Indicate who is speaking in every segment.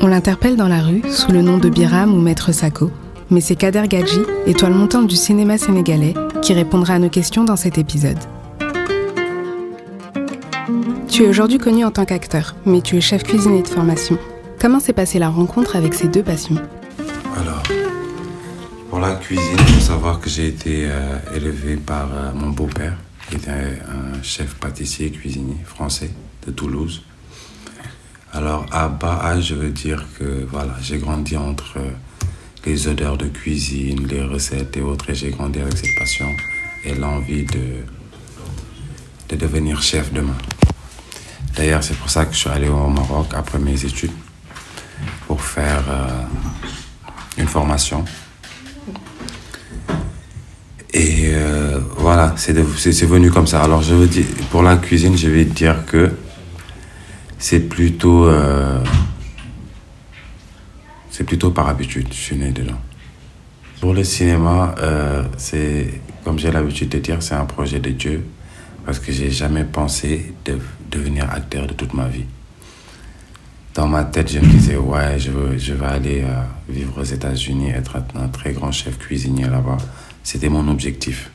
Speaker 1: On l'interpelle dans la rue sous le nom de Biram ou Maître Sako, mais c'est Kader Gadji, étoile montante du cinéma sénégalais, qui répondra à nos questions dans cet épisode. Tu es aujourd'hui connu en tant qu'acteur, mais tu es chef cuisinier de formation. Comment s'est passée la rencontre avec ces deux passions ?
Speaker 2: Alors, pour la cuisine, il faut savoir que j'ai été élevé par mon beau-père, qui était un chef pâtissier cuisinier français de Toulouse. Alors, à bas âge, je veux dire que voilà, j'ai grandi entre les odeurs de cuisine, les recettes et autres, et j'ai grandi avec cette passion et l'envie de devenir chef demain. D'ailleurs, c'est pour ça que je suis allé au Maroc après mes études, pour faire une formation. Et voilà, c'est venu comme ça. Alors, je veux dire, pour la cuisine, je vais dire que c'est plutôt par habitude, je suis né dedans. Pour le cinéma, c'est, comme j'ai l'habitude de dire, c'est un projet de Dieu, parce que j'ai jamais pensé devenir acteur de toute ma vie. Dans ma tête, je me disais, ouais, je vais aller vivre aux États-Unis, être un très grand chef cuisinier là-bas. C'était mon objectif.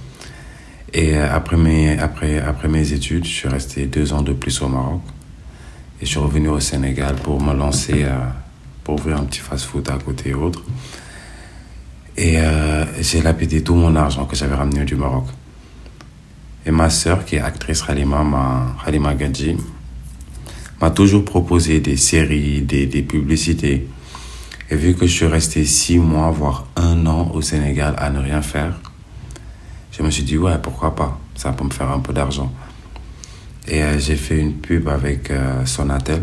Speaker 2: Et après mes études, je suis resté 2 ans de plus au Maroc. Et je suis revenu au Sénégal pour me lancer, pour ouvrir un petit fast-food à côté et autres. Et j'ai lapidé tout mon argent que j'avais ramené du Maroc. Et ma sœur, qui est actrice Halima Gadji, m'a toujours proposé des séries, des publicités. Et vu que je suis resté 6 mois, voire 1 an au Sénégal à ne rien faire, je me suis dit, ouais, pourquoi pas, ça peut me faire un peu d'argent. Et j'ai fait une pub avec Sonatel.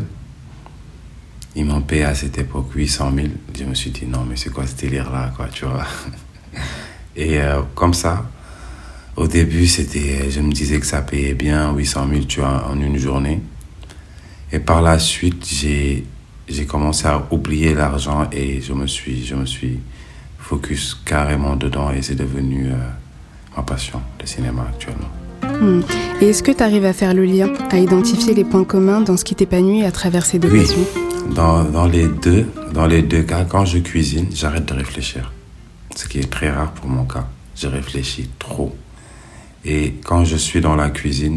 Speaker 2: Ils m'ont payé à cette époque 800 000. Je me suis dit, non, mais c'est quoi ce délire-là, quoi, tu vois. Et comme ça, au début, je me disais que ça payait bien 800 000, tu vois, en une journée. Et par la suite, j'ai commencé à oublier l'argent et je me suis focus carrément dedans et c'est devenu ma passion, le cinéma actuellement.
Speaker 1: Et est-ce que tu arrives à faire le lien, à identifier les points communs dans ce qui t'épanouit à travers ces deux passions ?
Speaker 2: Dans les deux cas, quand je cuisine, j'arrête de réfléchir. Ce qui est très rare pour mon cas. Je réfléchis trop. Et quand je suis dans la cuisine,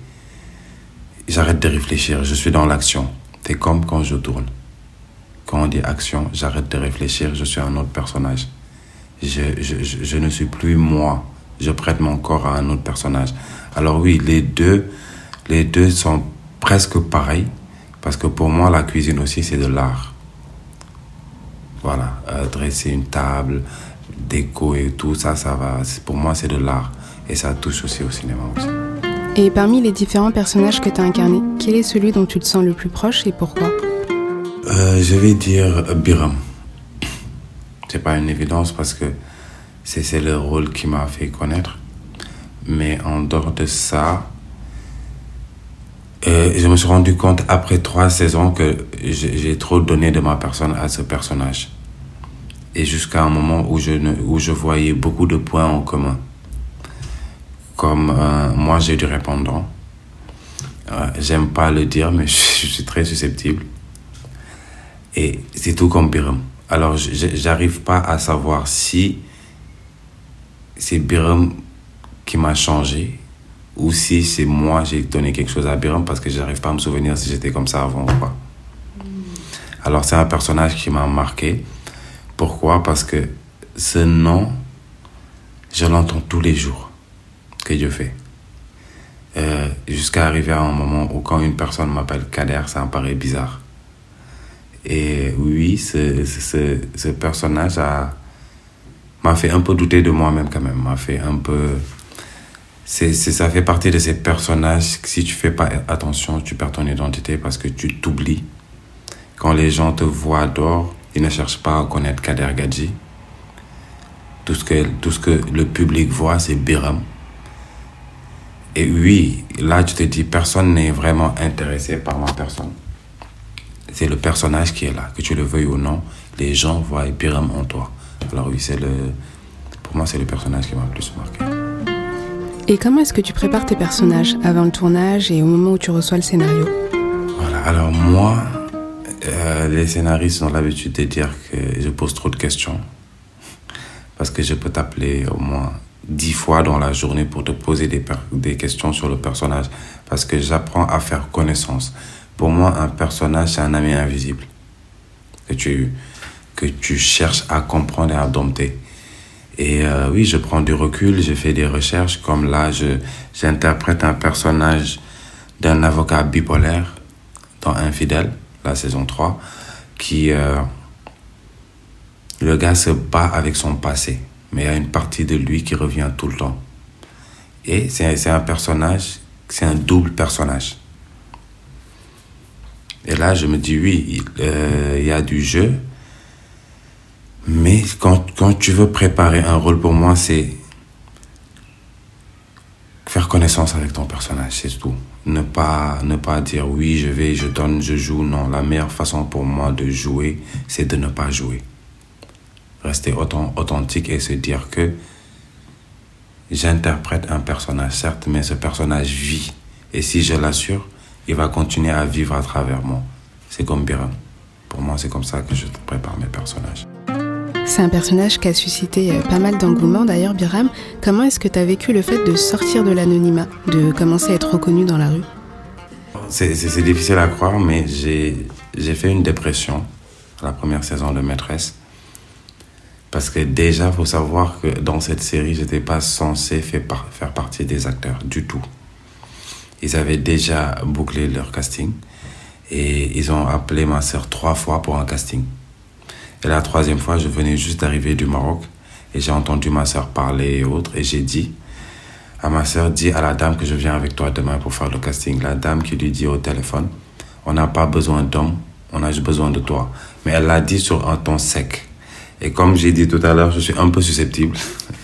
Speaker 2: j'arrête de réfléchir, je suis dans l'action. C'est comme quand je tourne. Quand on dit action, j'arrête de réfléchir, je suis un autre personnage. Je ne suis plus moi. Je prête mon corps à un autre personnage. Alors oui, les deux sont presque pareils, parce que pour moi, la cuisine aussi, c'est de l'art. Voilà, dresser une table, déco et tout, ça va. Pour moi, c'est de l'art. Et ça touche aussi au cinéma aussi.
Speaker 1: Et parmi les différents personnages que tu as incarnés, quel est celui dont tu te sens le plus proche et pourquoi ?
Speaker 2: Je vais dire Biram. C'est pas une évidence parce que c'est le rôle qui m'a fait connaître. Mais en dehors de ça, je me suis rendu compte après 3 saisons que j'ai trop donné de ma personne à ce personnage. Et jusqu'à un moment où je voyais beaucoup de points en commun. Comme moi, j'ai du répondant. J'aime pas le dire, mais je suis très susceptible. Et c'est tout comme Biram. Alors, j'arrive pas à savoir si c'est Biram qui m'a changé ou si c'est moi j'ai donné quelque chose à Biram parce que j'arrive pas à me souvenir si j'étais comme ça avant ou pas. Alors, c'est un personnage qui m'a marqué. Pourquoi ? Parce que ce nom, je l'entends tous les jours que Dieu fait. Jusqu'à arriver à un moment où quand une personne m'appelle Kader, ça me paraît bizarre. Et oui, ce personnage m'a fait un peu douter de moi-même quand même. M'a fait un peu... ça fait partie de ces personnages que si tu fais pas attention, tu perds ton identité parce que tu t'oublies. Quand les gens te voient dehors, ils ne cherchent pas à connaître Kader Gadji. Tout ce que le public voit, c'est Biram. Et oui, là, tu te dis, personne n'est vraiment intéressé par ma personne. C'est le personnage qui est là, que tu le veuilles ou non, les gens voient Biram en toi. Alors oui, pour moi, c'est le personnage qui m'a le plus marqué.
Speaker 1: Et comment est-ce que tu prépares tes personnages avant le tournage et au moment où tu reçois le scénario ?
Speaker 2: Voilà, alors moi, Les scénaristes ont l'habitude de dire que je pose trop de questions. Parce que je peux t'appeler au moins 10 fois dans la journée pour te poser des questions sur le personnage. Parce que j'apprends à faire connaissance. Pour moi, un personnage, c'est un ami invisible. Que tu cherches à comprendre et à dompter. Et oui, je prends du recul, je fais des recherches. Comme là, j'interprète un personnage d'un avocat bipolaire dans Infidèle, la saison 3, qui... le gars se bat avec son passé, mais il y a une partie de lui qui revient tout le temps. Et c'est un personnage, c'est un double personnage. Et là, je me dis, oui, il y a du jeu, mais quand tu veux préparer un rôle, pour moi, c'est faire connaissance avec ton personnage, c'est tout. Ne pas dire, oui, je donne, je joue. Non, la meilleure façon pour moi de jouer, c'est de ne pas jouer. Rester authentique et se dire que j'interprète un personnage, certes, mais ce personnage vit. Et si je l'assure, il va continuer à vivre à travers moi. C'est comme Biram. Pour moi, c'est comme ça que je prépare mes personnages.
Speaker 1: C'est un personnage qui a suscité pas mal d'engouement d'ailleurs, Biram. Comment est-ce que tu as vécu le fait de sortir de l'anonymat, de commencer à être reconnu dans la rue ?
Speaker 2: C'est difficile à croire, mais j'ai fait une dépression à la première saison de Maîtresse. Parce que déjà, il faut savoir que dans cette série, je n'étais pas censé faire partie des acteurs du tout. Ils avaient déjà bouclé leur casting et ils ont appelé ma sœur 3 fois pour un casting. Et la 3e fois, je venais juste d'arriver du Maroc et j'ai entendu ma sœur parler et autres. Et j'ai dit à ma sœur, dis à la dame que je viens avec toi demain pour faire le casting. La dame qui lui dit au téléphone, on n'a pas besoin d'hommes, on a juste besoin de toi. Mais elle l'a dit sur un ton sec. Et comme j'ai dit tout à l'heure, je suis un peu susceptible.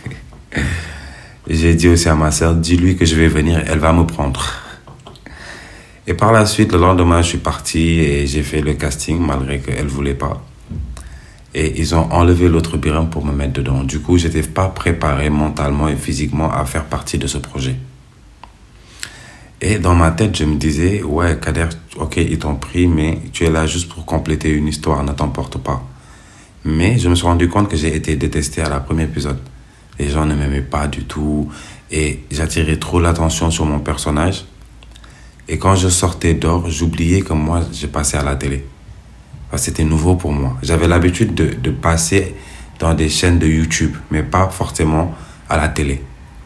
Speaker 2: J'ai dit aussi à ma sœur, dis-lui que je vais venir, elle va me prendre. Et par la suite, le lendemain, je suis parti et j'ai fait le casting malgré qu'elle ne voulait pas. Et ils ont enlevé l'autre Biram pour me mettre dedans. Du coup, je n'étais pas préparé mentalement et physiquement à faire partie de ce projet. Et dans ma tête, je me disais, ouais, Kader, ok, ils t'ont pris, mais tu es là juste pour compléter une histoire, ne t'emporte pas. Mais je me suis rendu compte que j'ai été détesté à la première épisode. Les gens ne m'aimaient pas du tout et j'attirais trop l'attention sur mon personnage. Et quand je sortais dehors, j'oubliais que moi, je passais à la télé. Parce que c'était nouveau pour moi. J'avais l'habitude de passer dans des chaînes de YouTube, mais pas forcément à la télé.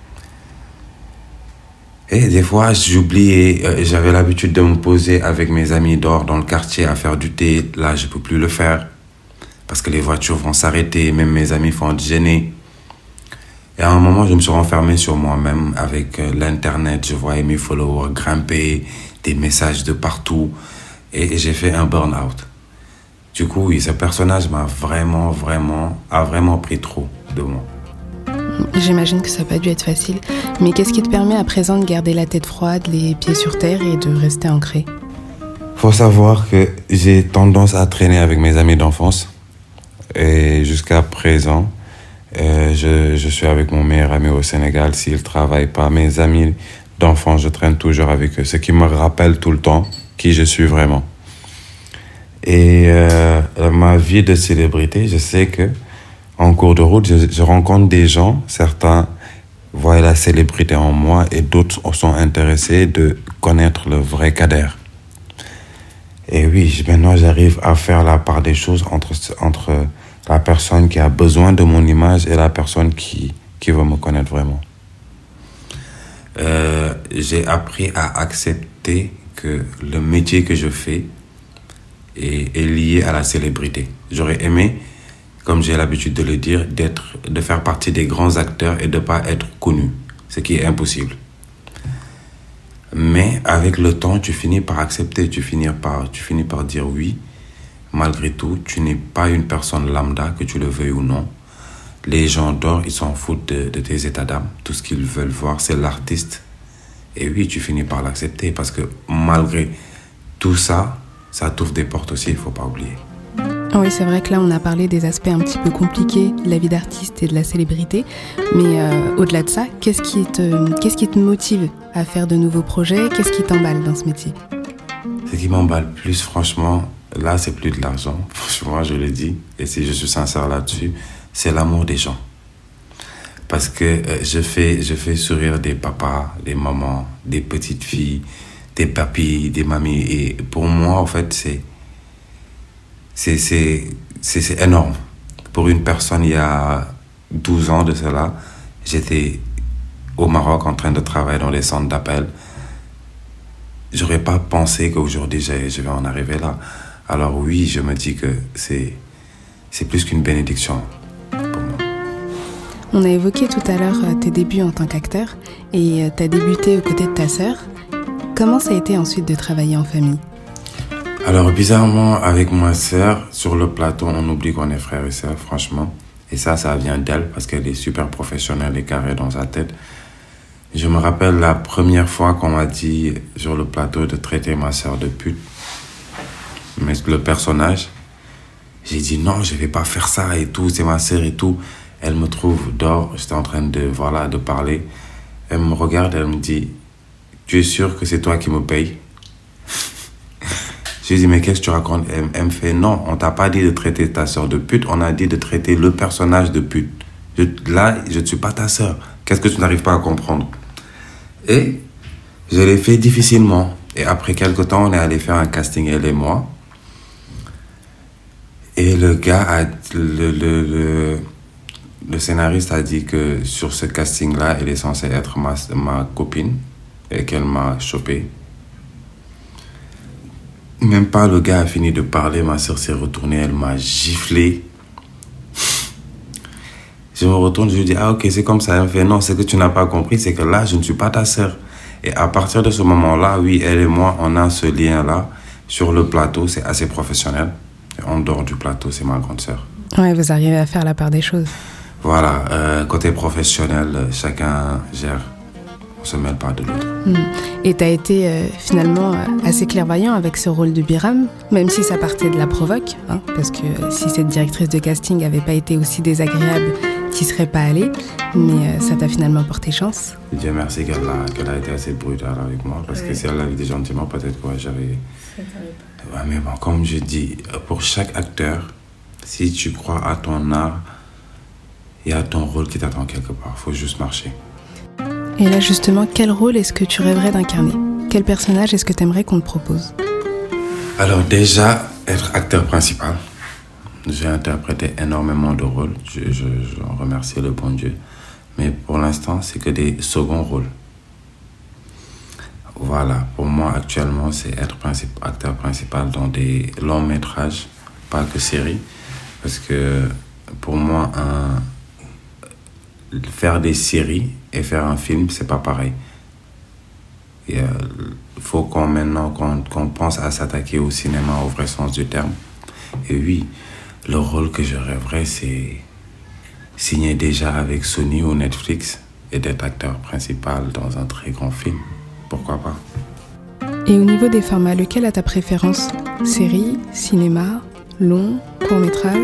Speaker 2: Et des fois, j'oubliais, j'avais l'habitude de me poser avec mes amis dehors dans le quartier à faire du thé. Là, je ne peux plus le faire. Parce que les voitures vont s'arrêter, même mes amis vont être gênés. Et à un moment, je me suis renfermé sur moi-même avec l'Internet. Je voyais mes followers grimper, des messages de partout. Et j'ai fait un burn-out. Du coup, oui, ce personnage a vraiment pris trop de moi.
Speaker 1: J'imagine que ça n'a pas dû être facile. Mais qu'est-ce qui te permet à présent de garder la tête froide, les pieds sur terre et de rester ancré ?
Speaker 2: Faut savoir que j'ai tendance à traîner avec mes amis d'enfance. Et jusqu'à présent, je suis avec mon meilleur ami au Sénégal. S'il ne travaille pas, mes amis d'enfance, je traîne toujours avec eux. Ce qui me rappelle tout le temps qui je suis vraiment. Et ma vie de célébrité, je sais que en cours de route, je rencontre des gens. Certains voient la célébrité en moi et d'autres sont intéressés de connaître le vrai Kader. Et oui, maintenant, j'arrive à faire la part des choses entre la personne qui a besoin de mon image et la personne qui veut me connaître vraiment. J'ai appris à accepter que le métier que je fais est lié à la célébrité. J'aurais aimé, comme j'ai l'habitude de le dire, de faire partie des grands acteurs et de ne pas être connu, ce qui est impossible. Mais avec le temps, tu finis par accepter, tu finis par dire oui. Malgré tout, tu n'es pas une personne lambda, que tu le veuilles ou non. Les gens dehors, ils s'en foutent de tes états d'âme. Tout ce qu'ils veulent voir, c'est l'artiste. Et oui, tu finis par l'accepter parce que malgré tout ça, ça t'ouvre des portes aussi, il ne faut pas oublier.
Speaker 1: Oui, c'est vrai que là, on a parlé des aspects un petit peu compliqués de la vie d'artiste et de la célébrité. Mais au-delà de ça, qu'est-ce qui te motive à faire de nouveaux projets ? Qu'est-ce qui t'emballe dans ce métier ?
Speaker 2: Ce qui m'emballe plus, franchement, là, c'est plus de l'argent. Franchement, je le dis, et si je suis sincère là-dessus, c'est l'amour des gens. Parce que je fais sourire des papas, des mamans, des petites filles, des papis, des mamies. Et pour moi, en fait, c'est énorme. Pour une personne, il y a 12 ans de cela, j'étais au Maroc en train de travailler dans les centres d'appel. J'aurais pas pensé qu'aujourd'hui, je vais en arriver là. Alors oui, je me dis que c'est plus qu'une bénédiction pour moi.
Speaker 1: On a évoqué tout à l'heure tes débuts en tant qu'acteur et tu as débuté aux côtés de ta sœur. Comment ça a été ensuite de travailler en famille?
Speaker 2: Alors bizarrement, avec ma sœur, sur le plateau, on oublie qu'on est frères et sœurs, franchement. Et ça vient d'elle parce qu'elle est super professionnelle et carrée dans sa tête. Je me rappelle la première fois qu'on m'a dit sur le plateau de traiter ma sœur de pute. Mais le personnage, j'ai dit non, je vais pas faire ça et tout, c'est ma sœur et tout. Elle me trouve dehors, j'étais en train de parler. Elle me regarde, elle me dit, tu es sûr que c'est toi qui me payes? Je lui dis, mais qu'est-ce que tu racontes? Elle me fait, non, on t'a pas dit de traiter ta sœur de pute, on a dit de traiter le personnage de pute. Là, je ne suis pas ta sœur. Qu'est-ce que tu n'arrives pas à comprendre? Et je l'ai fait difficilement. Et après quelques temps, on est allé faire un casting, elle et moi. Et le gars, le scénariste a dit que sur ce casting-là, elle est censée être ma copine et qu'elle m'a chopé. Même pas le gars a fini de parler, ma soeur s'est retournée, elle m'a giflé. Je me retourne, je lui dis, ah ok, c'est comme ça. Elle me fait, non, ce que tu n'as pas compris, c'est que là, je ne suis pas ta sœur. Et à partir de ce moment-là, oui, elle et moi, on a ce lien-là. Sur le plateau, c'est assez professionnel. Et en dehors du plateau, c'est ma grande sœur.
Speaker 1: Ouais, vous arrivez à faire la part des choses.
Speaker 2: Voilà, côté professionnel, chacun gère. On ne se mêle pas de l'autre.
Speaker 1: Et tu as été finalement assez clairvoyant avec ce rôle de Biram, même si ça partait de la provoque, hein, parce que si cette directrice de casting n'avait pas été aussi désagréable, tu n'y serais pas allé, mais ça t'a finalement porté chance.
Speaker 2: Dieu merci qu'elle a été assez brutale avec moi, parce que si elle l'avait dit gentiment, peut-être que j'avais... Ouais, mais bon, comme je dis, pour chaque acteur, si tu crois à ton art, il y a ton rôle qui t'attend quelque part, il faut juste marcher.
Speaker 1: Et là justement, quel rôle est-ce que tu rêverais d'incarner? Quel personnage est-ce que tu aimerais qu'on te propose?
Speaker 2: Alors déjà, être acteur principal. J'ai interprété énormément de rôles, je remercie le bon Dieu. Mais pour l'instant, c'est que des seconds rôles. Voilà, pour moi actuellement, c'est être acteur principal dans des longs métrages, pas que séries. Parce que pour moi, faire des séries et faire un film, c'est pas pareil. Il faut qu'on pense à s'attaquer au cinéma au vrai sens du terme. Et oui, le rôle que je rêverais, c'est signer déjà avec Sony ou Netflix et d'être acteur principal dans un très grand film. Pourquoi pas?
Speaker 1: Et au niveau des formats, lequel a ta préférence? Série, cinéma, long, court-métrage?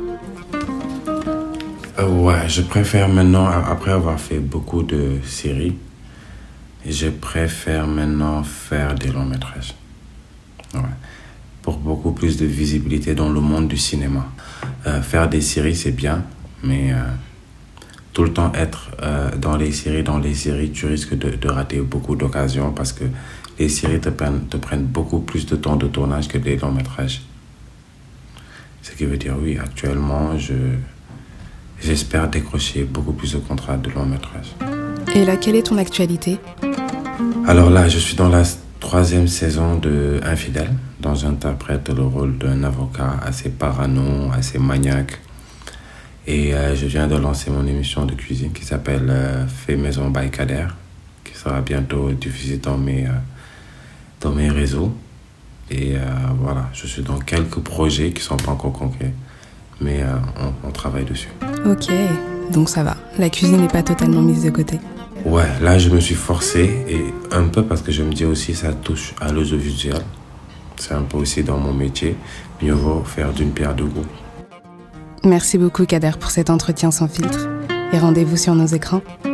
Speaker 2: Ouais, je préfère maintenant, après avoir fait beaucoup de séries, je préfère maintenant faire des longs métrages. Ouais. Pour beaucoup plus de visibilité dans le monde du cinéma. Faire des séries, c'est bien, mais tout le temps être dans les séries, tu risques de rater beaucoup d'occasions parce que les séries te prennent beaucoup plus de temps de tournage que les longs métrages. Ce qui veut dire, oui, actuellement, j'espère décrocher beaucoup plus de contrats de long métrage.
Speaker 1: Et là, quelle est ton actualité?
Speaker 2: Alors là, je suis dans la 3e saison de Infidèle, dont j'interprète le rôle d'un avocat assez parano, assez maniaque. Et je viens de lancer mon émission de cuisine qui s'appelle Fait Maison by Kader, qui sera bientôt diffusée dans mes réseaux. Et voilà, je suis dans quelques projets qui ne sont pas encore concrets, mais on travaille dessus.
Speaker 1: Ok, donc ça va. La cuisine n'est pas totalement mise de côté.
Speaker 2: Ouais, là je me suis forcé, et un peu parce que je me dis aussi ça touche à l'audiovisuel. C'est un peu aussi dans mon métier. Mieux vaut faire d'une pierre deux coups.
Speaker 1: Merci beaucoup Kader pour cet entretien sans filtre. Et rendez-vous sur nos écrans.